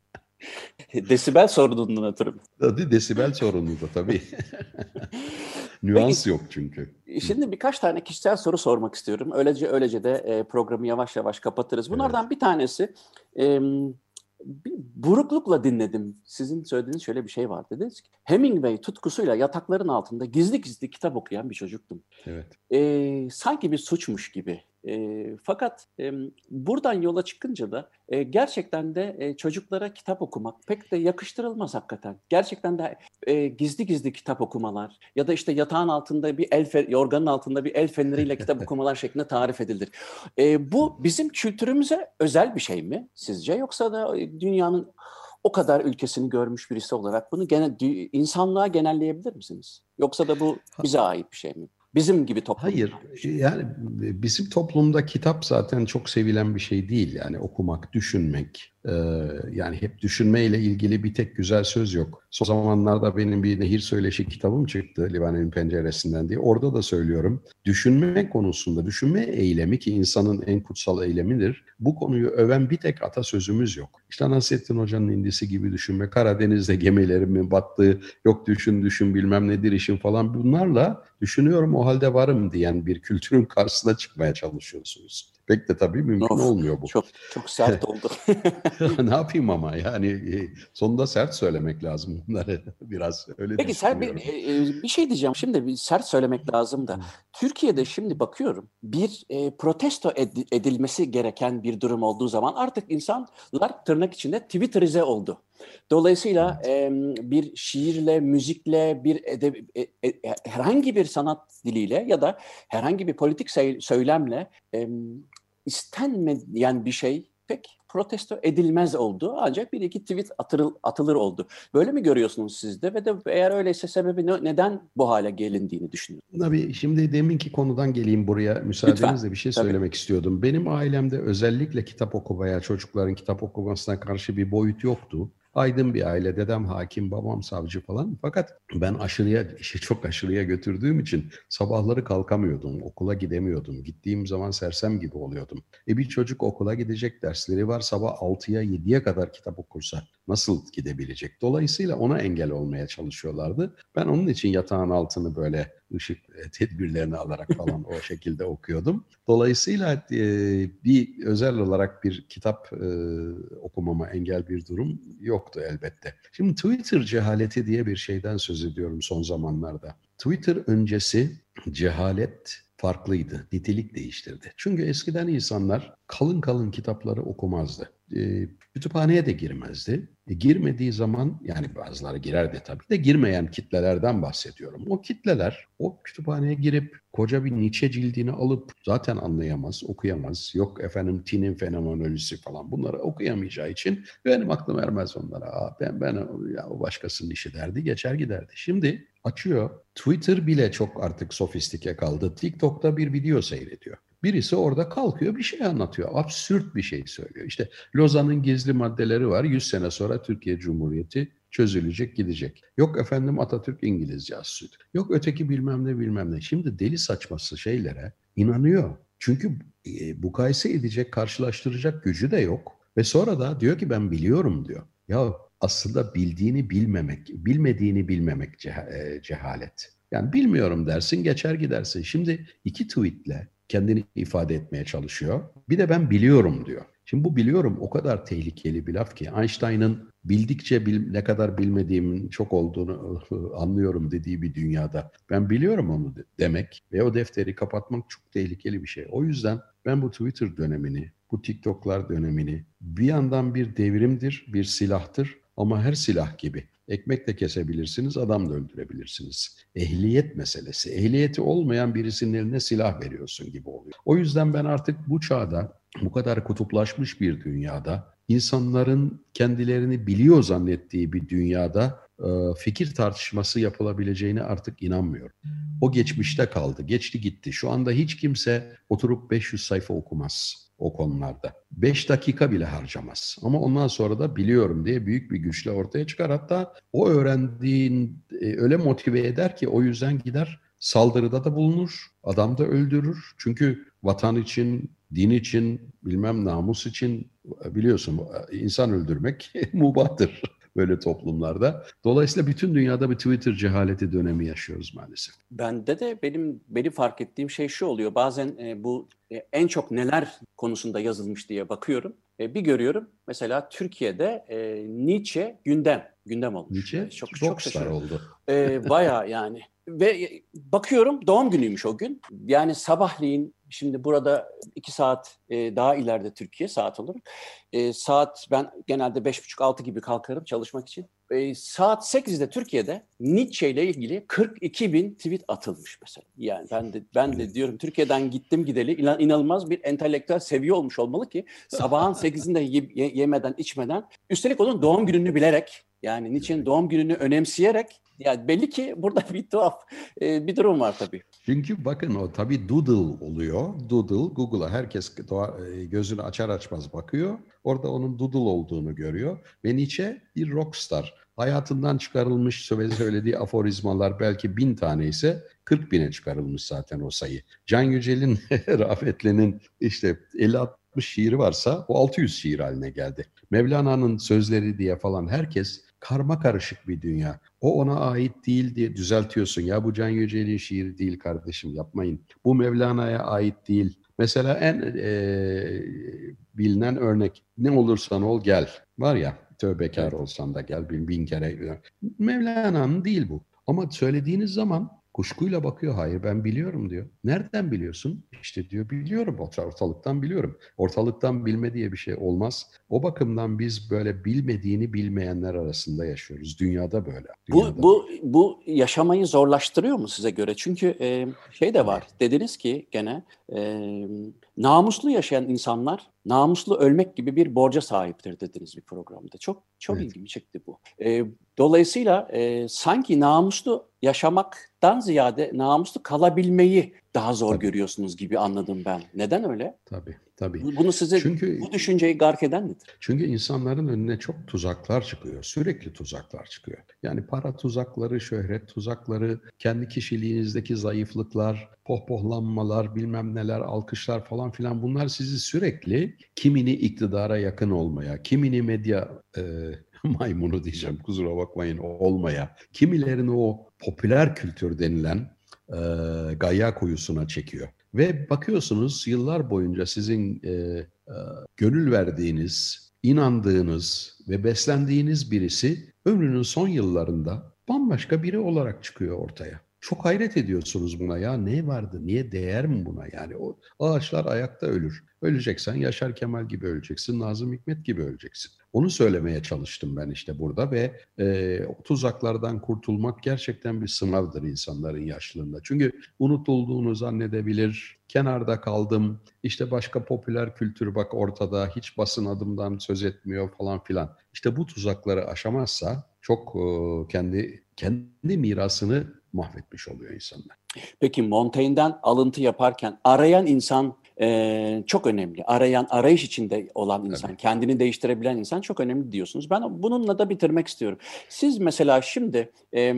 Desibel sorunundan ötürü. Tabii desibel sorunu da tabii. Nüans Peki, yok çünkü. Şimdi birkaç tane kişisel soru sormak istiyorum. Öylece öylece de e, programı yavaş yavaş kapatırız. Bunlardan evet. bir tanesi e, bir buruklukla dinledim. Sizin söylediğiniz şöyle bir şey var dediniz ki Hemingway tutkusuyla yatakların altında gizli gizli kitap okuyan bir çocuktum. Evet. E, sanki bir suçmuş gibi. E, fakat e, buradan yola çıkınca da e, gerçekten de e, çocuklara kitap okumak pek de yakıştırılmaz hakikaten. Gerçekten de e, gizli gizli kitap okumalar ya da işte yatağın altında bir el fe- yorganın altında bir el feneriyle kitap okumalar şeklinde tarif edilir. E, bu bizim kültürümüze özel bir şey mi sizce, yoksa da dünyanın o kadar ülkesini görmüş birisi olarak bunu gene, insanlığa genelleyebilir misiniz? Yoksa da bu bize ait bir şey mi? Bizim gibi toplum. Hayır, yani bizim toplumda kitap zaten çok sevilen bir şey değil. Yani okumak, düşünmek, e, yani hep düşünmeyle ilgili bir tek güzel söz yok. Son zamanlarda benim bir Nehir Söyleşi kitabım çıktı Livane'nin penceresinden diye. Orada da söylüyorum. Düşünme konusunda, düşünme eylemi ki insanın en kutsal eylemidir. Bu konuyu öven bir tek atasözümüz yok. İşte Nasrettin Hoca'nın indisi gibi düşünme, Karadeniz'de gemilerimin battığı, yok düşün düşün bilmem nedir işin falan, bunlarla Düşünüyorum o halde varım diyen bir kültürün karşısına çıkmaya çalışıyorsunuz. Pek de tabii mümkün Of, olmuyor bu. çok çok sert oldu. Ne yapayım ama yani e, sonunda sert söylemek lazım bunları biraz öyle Peki sen bir, düşünüyorum. e, bir şey diyeceğim. Şimdi bir sert söylemek lazım da. Türkiye'de şimdi bakıyorum bir e, protesto ed- edilmesi gereken bir durum olduğu zaman artık insanlar tırnak içinde Twitterize oldu. Dolayısıyla e, bir şiirle, müzikle, bir edeb- e- e- herhangi bir sanat diliyle ya da herhangi bir politik söy- söylemle e, istenmeyen bir şey pek protesto edilmez oldu. Ancak bir iki tweet atırıl, atılır oldu. Böyle mi görüyorsunuz siz de? Ve de eğer öyleyse sebebi ne, neden bu hale gelindiğini düşünüyorsunuz? Tabii şimdi deminki konudan geleyim buraya. Lütfen. Müsaadenizle bir şey Tabii. söylemek istiyordum. Benim ailemde özellikle kitap okumaya, çocukların kitap okumasına karşı bir boyut yoktu. Aydın bir aile, dedem hakim, babam savcı falan. Fakat ben aşırıya, işi çok aşırıya götürdüğüm için sabahları kalkamıyordum, okula gidemiyordum. Gittiğim zaman sersem gibi oluyordum. E bir çocuk okula gidecek, dersleri var, sabah altıya yediye kadar kitap okursa nasıl gidebilecek? Dolayısıyla ona engel olmaya çalışıyorlardı. Ben onun için yatağın altını böyle ışık tedbirlerini alarak falan o şekilde okuyordum. Dolayısıyla e, bir özel olarak bir kitap e, okumama engel bir durum yoktu elbette. Şimdi Twitter cehaleti diye bir şeyden söz ediyorum son zamanlarda. Twitter öncesi cehalet farklıydı, nitelik değiştirdi. Çünkü eskiden insanlar kalın kalın kitapları okumazdı. E, kütüphaneye de girmezdi. E, girmediği zaman, yani bazıları girerdi tabii de, girmeyen kitlelerden bahsediyorum. O kitleler o kütüphaneye girip koca bir Nietzsche cildini alıp zaten anlayamaz, okuyamaz. Yok efendim Tin'in fenomenolojisi falan, bunları okuyamayacağı için benim aklım ermez onlara. Aa, ben ben ya o başkasının işi derdi, geçer giderdi. Şimdi açıyor. Twitter bile çok artık sofistike kaldı. TikTok'ta bir video seyrediyor. Birisi orada kalkıyor bir şey anlatıyor. Absürt bir şey söylüyor. İşte Lozan'ın gizli maddeleri var. yüz sene sonra Türkiye Cumhuriyeti çözülecek, gidecek. Yok efendim Atatürk İngiliz casusuydu. Yok öteki bilmem ne bilmem ne. Şimdi deli saçması şeylere inanıyor. Çünkü e, mukayese edecek, karşılaştıracak gücü de yok. Ve sonra da diyor ki ben biliyorum diyor. Ya aslında bildiğini bilmemek, bilmediğini bilmemek ceha- e, cehalet. Yani bilmiyorum dersin, geçer gidersin. Şimdi iki tweetle kendini ifade etmeye çalışıyor. Bir de ben biliyorum diyor. Şimdi bu biliyorum o kadar tehlikeli bir laf ki, Einstein'ın bildikçe bil, ne kadar bilmediğimin çok olduğunu anlıyorum dediği bir dünyada ben biliyorum onu demek ve o defteri kapatmak çok tehlikeli bir şey. O yüzden ben bu Twitter dönemini, bu TikTok'lar dönemini bir yandan bir devrimdir, bir silahtır ama her silah gibi. Ekmek de kesebilirsiniz, adam da öldürebilirsiniz. Ehliyet meselesi. Ehliyeti olmayan birisinin eline silah veriyorsun gibi oluyor. O yüzden ben artık bu çağda, bu kadar kutuplaşmış bir dünyada, insanların kendilerini biliyor zannettiği bir dünyada fikir tartışması yapılabileceğine artık inanmıyorum. O geçmişte kaldı, geçti gitti. Şu anda hiç kimse oturup beş yüz sayfa okumaz o konularda. beş dakika bile harcamaz. Ama ondan sonra da biliyorum diye büyük bir güçle ortaya çıkar. Hatta o öğrendiğin öyle motive eder ki o yüzden gider saldırıda da bulunur. Adam da öldürür. Çünkü vatan için, din için, bilmem namus için, biliyorsun insan öldürmek mubahtır böyle toplumlarda. Dolayısıyla bütün dünyada bir Twitter cehaleti dönemi yaşıyoruz maalesef. Bende de benim benim fark ettiğim şey şu oluyor. Bazen e, bu e, en çok neler konusunda yazılmış diye bakıyorum. E, bir görüyorum. Mesela Türkiye'de e, Nietzsche gündem gündem olmuş. Nietzsche E, çok çok rockstar şaşırıyorum. oldu. E, bayağı yani. Ve bakıyorum doğum günüymüş o gün. Yani sabahleyin, şimdi burada iki saat e, daha ileride Türkiye saat olarak. E, saat ben genelde beş buçuk altı gibi kalkarım çalışmak için. E, saat sekizde Türkiye'de Nietzsche ile ilgili kırk iki bin tweet atılmış mesela. Yani ben de ben de diyorum Türkiye'den gittim gideli inan, inanılmaz bir entelektüel seviye olmuş olmalı ki sabahın sekizinde ye, ye, yemeden içmeden, üstelik onun doğum gününü bilerek, yani Nietzsche'nin doğum gününü önemseyerek, yani belli ki burada bir tuhaf e, bir durum var tabii. Çünkü bakın o tabii doodle oluyor. Doodle, Google'a herkes gözünü açar açmaz bakıyor. Orada onun doodle olduğunu görüyor. Ve Nietzsche bir rockstar. Hayatından çıkarılmış söylediği aforizmalar belki bin tane ise kırk bine çıkarılmış zaten o sayı. Can Yücel'in, rahmetlinin işte elli altmış şiiri varsa o altı yüz şiir haline geldi. Mevlana'nın sözleri diye falan herkes karma karışık bir dünya. O ona ait değil diye düzeltiyorsun. Ya bu Can Yücel'in şiiri değil kardeşim, yapmayın. Bu Mevlana'ya ait değil. Mesela en e, bilinen örnek, ne olursan ol gel. Var ya, tövbekar Evet. olsan da gel bin, bin kere. Mevlana'nın değil bu. Ama söylediğiniz zaman kuşkuyla bakıyor. Hayır, ben biliyorum diyor. Nereden biliyorsun? İşte diyor, biliyorum. Ortalıktan biliyorum. Ortalıktan bilme diye bir şey olmaz. O bakımdan biz böyle bilmediğini bilmeyenler arasında yaşıyoruz. Dünyada böyle. Bu Dünyada bu böyle. bu yaşamayı zorlaştırıyor mu size göre? Çünkü e, şey de var. Tabii. Dediniz ki gene e, namuslu yaşayan insanlar namuslu ölmek gibi bir borca sahiptir dediniz bir programda. Çok çok Evet. ilgimi çekti bu. E, dolayısıyla e, sanki namuslu yaşamaktan ziyade namuslu kalabilmeyi daha zor Tabii. görüyorsunuz gibi anladım ben. Neden öyle? Tabii. Tabii. Bu- Bunu size Çünkü bu düşünceyi gark eden nedir? Çünkü insanların önüne çok tuzaklar çıkıyor. Sürekli tuzaklar çıkıyor. Yani para tuzakları, şöhret tuzakları, kendi kişiliğinizdeki zayıflıklar, pohpohlanmalar, bilmem neler, alkışlar falan filan, bunlar sizi sürekli kimini iktidara yakın olmaya, kimini medya e, maymunu diyeceğim, kusura bakmayın, olmaya, kimilerini o popüler kültür denilen e, gaya kuyusuna çekiyor. Ve bakıyorsunuz yıllar boyunca sizin e, e, gönül verdiğiniz, inandığınız ve beslendiğiniz birisi ömrünün son yıllarında bambaşka biri olarak çıkıyor ortaya. Çok hayret ediyorsunuz buna, ya ne vardı, niye değer mi buna? Yani o ağaçlar ayakta ölür. Öleceksen Yaşar Kemal gibi öleceksin, Nazım Hikmet gibi öleceksin. Onu söylemeye çalıştım ben işte burada ve e, o tuzaklardan kurtulmak gerçekten bir sınavdır insanların yaşlılığında. Çünkü unutulduğunu zannedebilir, kenarda kaldım, işte başka popüler kültür bak ortada, hiç basın adımdan söz etmiyor falan filan. İşte bu tuzakları aşamazsa çok e, kendi kendi mirasını mahvetmiş oluyor insanlar. Peki Montaigne'den alıntı yaparken arayan insan e, çok önemli. Arayan, arayış içinde olan insan, Tabii. kendini değiştirebilen insan çok önemli diyorsunuz. Ben bununla da bitirmek istiyorum. Siz mesela şimdi e,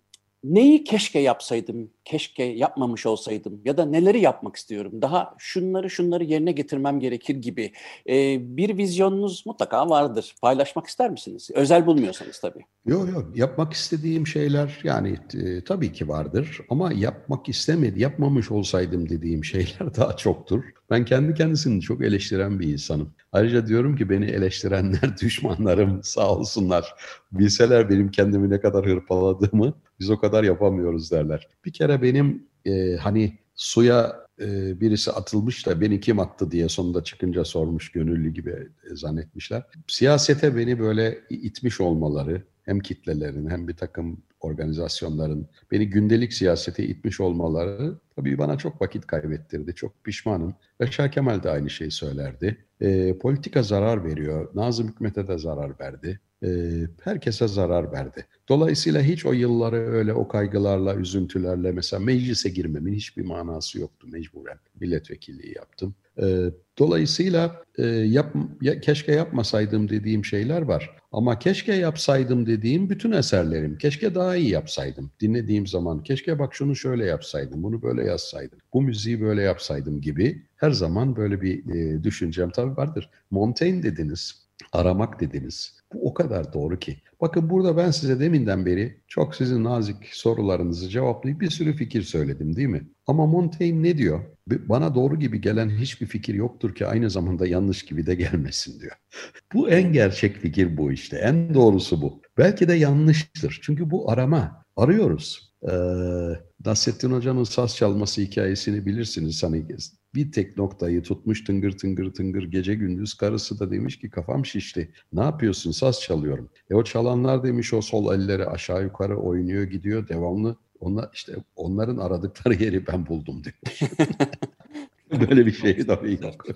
neyi keşke yapsaydım, keşke yapmamış olsaydım ya da neleri yapmak istiyorum, daha şunları şunları yerine getirmem gerekir gibi e, bir vizyonunuz mutlaka vardır. Paylaşmak ister misiniz? Özel bulmuyorsanız tabii. Yok yok, yapmak istediğim şeyler yani e, tabii ki vardır ama yapmak istemedi, yapmamış olsaydım dediğim şeyler daha çoktur. Ben kendi kendisini çok eleştiren bir insanım. Ayrıca diyorum ki beni eleştirenler düşmanlarım, sağ olsunlar. Bilseler benim kendimi ne kadar hırpaladığımı, biz o kadar yapamıyoruz derler. Bir kere benim e, hani suya e, birisi atılmış da beni kim attı diye sonunda çıkınca sormuş, gönüllü gibi e, zannetmişler. Siyasete beni böyle itmiş olmaları, hem kitlelerin hem bir takım organizasyonların beni gündelik siyasete itmiş olmaları tabii bana çok vakit kaybettirdi. Çok pişmanım. Yaşar Kemal de aynı şeyi söylerdi. E, politika zarar veriyor. Nazım Hikmet'e de zarar verdi. E, herkese zarar verdi. Dolayısıyla hiç o yılları öyle o kaygılarla, üzüntülerle, mesela meclise girmemin hiçbir manası yoktu mecburen. Milletvekilliği yaptım. E, dolayısıyla e, yap, ya, keşke yapmasaydım dediğim şeyler var. Ama keşke yapsaydım dediğim bütün eserlerim. Keşke daha iyi yapsaydım. Dinlediğim zaman keşke bak şunu şöyle yapsaydım, bunu böyle yazsaydım, bu müziği böyle yapsaydım gibi her zaman böyle bir e, düşüncem tabii vardır. Montaigne dediniz, aramak dediniz. Bu o kadar doğru ki. Bakın burada ben size deminden beri çok sizin nazik sorularınızı cevaplayıp bir sürü fikir söyledim değil mi? Ama Montaigne ne diyor? Bana doğru gibi gelen hiçbir fikir yoktur ki aynı zamanda yanlış gibi de gelmesin diyor. Bu en gerçek fikir bu işte. En doğrusu bu. Belki de yanlıştır. Çünkü bu arama. Arıyoruz. Ee, Nasrettin Hoca'nın saz çalması hikayesini bilirsiniz. Hani bir tek noktayı tutmuş tıngır tıngır tıngır gece gündüz. Karısı da demiş ki kafam şişti. Ne yapıyorsun? Saz çalıyorum. E o çalanlar demiş o sol elleri aşağı yukarı oynuyor gidiyor devamlı. Onlar, işte onların aradıkları yeri ben buldum demiş. Böyle bir şey tabii yok.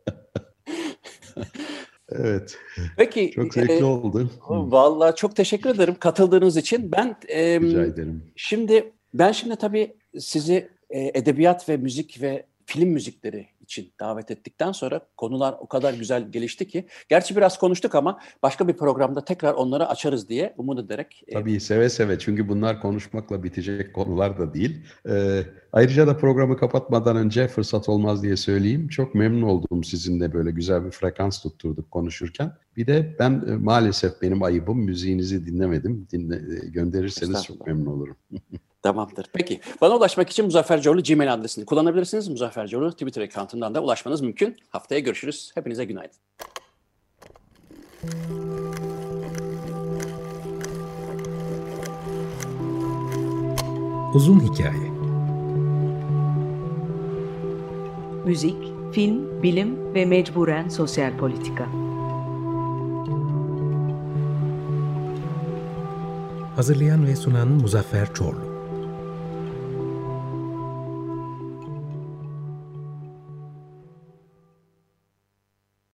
Evet. Peki, Çok zevkli e, oldu. vallahi çok teşekkür ederim katıldığınız için. Ben e, Rica ederim. şimdi ben şimdi tabii sizi e, edebiyat ve müzik ve film müzikleri için davet ettikten sonra konular o kadar güzel gelişti ki. Gerçi biraz konuştuk ama başka bir programda tekrar onları açarız diye umut ederek. Tabii seve seve, çünkü bunlar konuşmakla bitecek konular da değil. Ee, ayrıca da programı kapatmadan önce fırsat olmaz diye söyleyeyim. Çok memnun oldum sizinle böyle güzel bir frekans tutturduk konuşurken. Bir de ben e, maalesef benim ayıbım, müziğinizi dinlemedim. Dinle, e, gönderirseniz çok memnun olurum. Tamamdır. Peki. Bana ulaşmak için Muzaffer Coğlu Gmail adresini kullanabilirsiniz. Muzaffer Coğlu Twitter account'undan da ulaşmanız mümkün. Haftaya görüşürüz. Hepinize günaydın. Uzun Hikaye. Müzik, film, bilim ve mecburen sosyal politika. Hazırlayan ve sunan Muzaffer Çorlu.